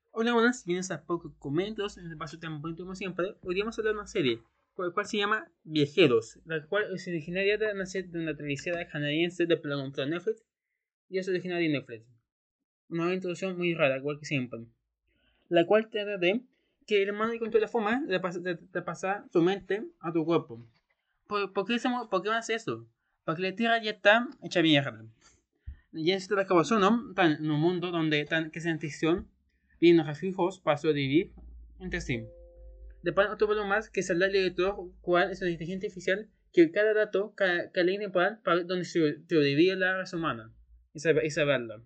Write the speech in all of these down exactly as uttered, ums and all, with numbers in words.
Hola, buenas, vienes a pocos comentarios en el paso tan bonito como siempre. Hoy día vamos a hablar de una serie, la cual se llama Viajeros, la cual es originaria de una, serie, de una televisora canadiense de Plano Netflix y es originaria de Netflix. Una introducción muy rara, igual que siempre. La cual trata de que el humano encontró la forma de, pas de, de pasar su mente a tu cuerpo. ¿Por, por, qué, hacemos, ¿Por qué van a hacer eso? Porque la Tierra ya está hecha mierda. Ya necesita la acabación, ¿no? Tan, en un mundo donde tan que ciencia ficción vienen refugios para sobrevivir entre sí. Después otro problema más que es el lector cuál es la inteligencia artificial que cada dato, cada, cada línea temporal para donde se, se divide la raza humana y, saber, y saberla.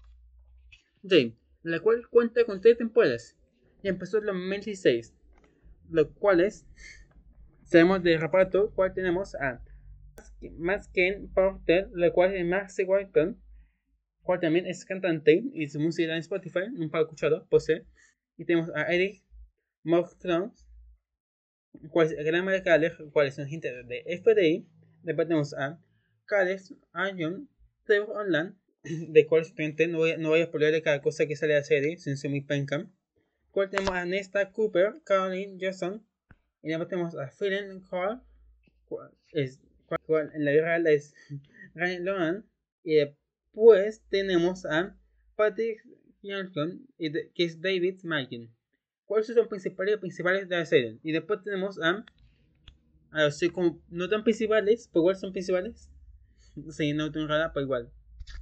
Okay, la cual cuenta con tres temporadas y empezó en los dos mil dieciséis, los cuales sabemos de reparto cuál tenemos a Masken Porter, la cual es Marcy Walton, cual también es cantante y su música en Spotify, un par escuchado, posee. Y tenemos a Eric Mortron, cual es el gran Caleb, cual es un agente de F B I. Después tenemos a Caleb Arion, Trevor Online, de cual estudiante no voy, no voy a spoiler cada cosa que sale de la serie, sin ser muy penca. Cual tenemos a Nesta Cooper, Caroline Johnson, y después tenemos a Philip Hall, cual, es, cual, cual en la vida real es Ryan Loran, y después tenemos a Patrick Johnson, que es David Malkin. ¿Cuáles son los principales, principales de la serie? Y después tenemos a, a los como, no tan principales, pero igual son principales. Sí, no tengo nada, pero igual.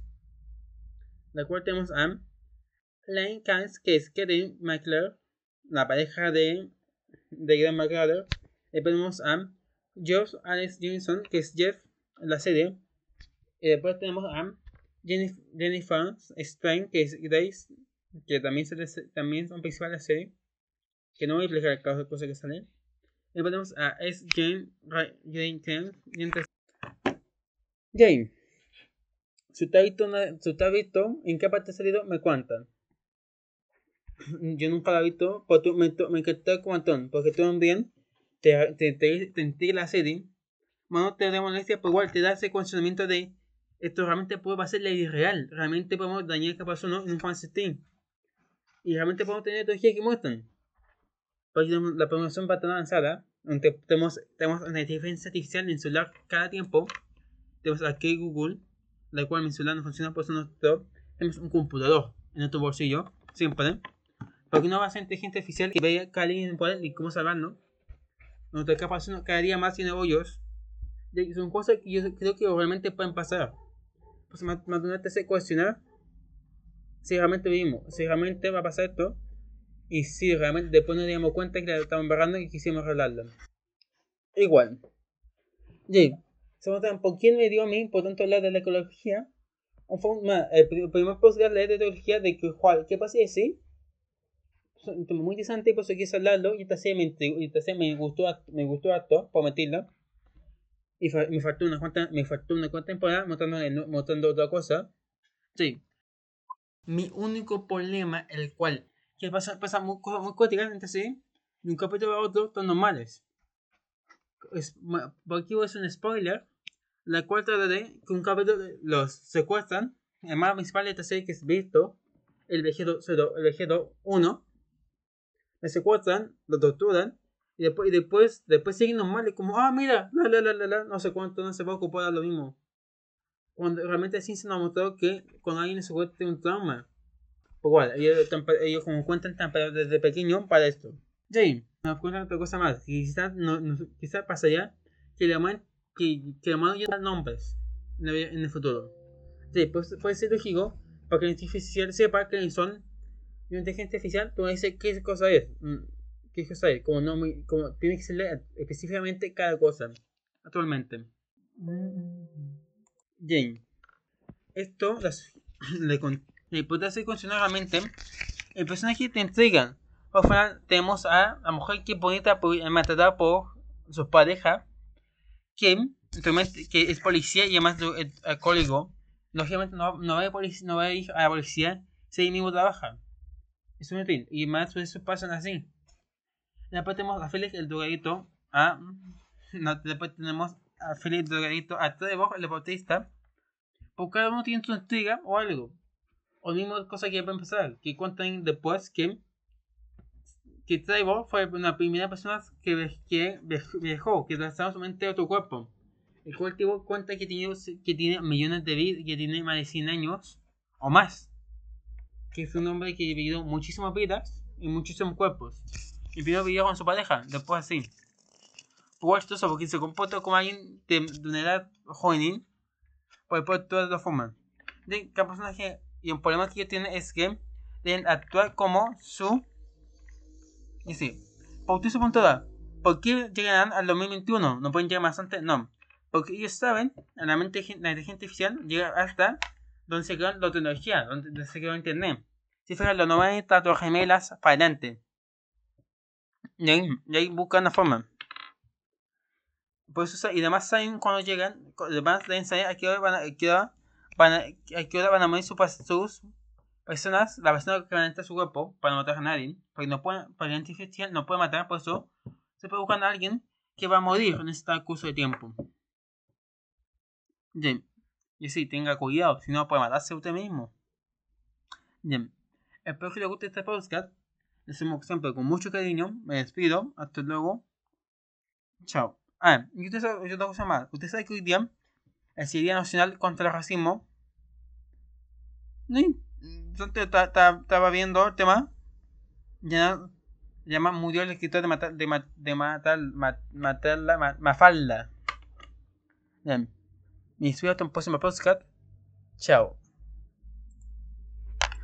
De acuerdo tenemos a Lane Kans, que es Kevin McClure, la pareja de, de Graham McClure. Después tenemos a George Alex Jameson, que es Jeff en la serie. Y después tenemos a Jennifer, Jennifer Stein, que es Grace, que también, se les, también son principales de la serie. Que no voy a explicar cada cosa que sale. Y después tenemos a S. Jane Jane Kent. Jane. Su tabito, su tabito, ¿en qué parte ha salido? Me cuentan. Yo nunca la he visto, pero me, me encantó un montón, porque tú también te, te, te, te entiende la serie, no te da molestia, pero igual te da ese conocimiento de esto realmente puede pasar la irreal, realmente podemos dañar que pasó no en un fantasy y realmente podemos tener tecnología que muestran. Porque la programación va tan avanzada, donde tenemos, tenemos una inteligencia artificial en el celular cada tiempo, tenemos aquí Google, la cual mi celular no funciona, por eso nosotros tenemos un computador en nuestro bolsillo, siempre. Porque no va a ser inteligencia artificial que vea cada línea temporal y cómo salvarlo. Nuestra capacidad cada día más tiene hoyos. Y son cosas que yo creo que realmente pueden pasar. Pues mantenerte a hacer cuestionar si realmente vivimos, si realmente va a pasar esto. Y si realmente después nos dimos cuenta que la estamos embarrando y quisimos arreglarla. Igual. Y, ¿por quién me dio a mí, por tanto, hablar de la ecología? El primer post de leer de ecología de que, ¿qué pasa si? Muy interesante, por eso quise hablarlo. Y esta serie me, esta serie me gustó, me gustó harto, por meterla. Y fa, me faltó una cuanta, me faltó una cuanta temporada mostrando, mostrando otra cosa. Sí. Mi único problema, el cual, que pasa, pasa muy, muy cotidianamente así, de un capítulo a otro, son normales. Es, aquí es un spoiler, la cual trata de que un capítulo los secuestran. El más principal de esta serie que es visto, el viajero uno, le secuestran, lo torturan y después, y después, después siguen normales como, ah, mira, la, la, la, la, la, no sé cuánto, no se va a ocupar lo mismo. Cuando realmente sí se nos mostró que cuando alguien se secuestra tiene un trauma. Pues igual, ellos, ellos como cuentan tan desde pequeño para esto. Jane, nos cuentan otra cosa más. Quizás no, no, quizás pasaría que la mano que, que la mano ya da nombres en el, en el futuro. Sí, pues puede ser lógico para que la inteligencia artificial sepa quiénes son. Y una inteligencia artificial, tú me dices qué cosa es. ¿Qué cosa es? Como, no, como tiene que ser específicamente cada cosa. Actualmente. Jane. Esto las, le, le puede hacer funcionar realmente. El personaje te entregan. Al final tenemos a la mujer que es bonita, maltratada por su pareja, que, que es policía y además es alcohólico. Lógicamente no, no, va a polic no va a ir a la policía si ahí mismo trabaja. Es un fin. Y más de eso pasan así. Después tenemos a Félix el drogadito. A, no, después tenemos a Félix el drogadito, a Trevor el deportista. Porque cada uno tiene su intriga o algo. O mismo cosa que va a empezar. Que cuentan después que que Trevor fue una primera persona que, que viajó, que trasladó su mente a otro cuerpo. El cual tipo cuenta que tiene, que tiene millones de vidas, que tiene más de cien años o más. Que es un hombre que vivió muchísimas vidas y muchísimos cuerpos. Y primero vivió con su pareja, después así. Por esto, porque se comporta como alguien de, de una edad juvenil, por de todas formas. De cada personaje, y un problema que ellos tienen es que deben actuar como su. Y sí, por tu punto da, ¿por qué llegarán al dos mil veintiuno? ¿No pueden llegar más antes? No. Porque ellos saben, la mente la inteligencia artificial llega hasta donde se creó la tecnología, donde se creó internet. Si fueran los noventa, dos gemelas, para adelante. Y ahí, y ahí buscan una forma. Por eso, y además saben cuando llegan, además deben saber a qué hora van a, a qué hora van a, a qué hora van a morir sus, sus personas, la persona que van a entrar a su cuerpo para no matar a nadie, porque no pueden, para la inteligencia artificial no puede matar, por eso se puede buscar a alguien que va a morir en este curso de tiempo. Bien, y sí, tenga cuidado, si no puede matarse usted mismo. Bien, espero que les guste este podcast. Les hacemos siempre con mucho cariño. Me despido, hasta luego. Chao. Ah, y usted sabe, otra cosa más. Usted sabe que hoy día es el Día Nacional contra el Racismo. ¿Sí? Entonces estaba viendo el tema. Ya llama murió el escritor de matar de, ma, de matar ma, matarla ma, Mafalda. Bien. Me despido hasta un próximo podcast. Chao.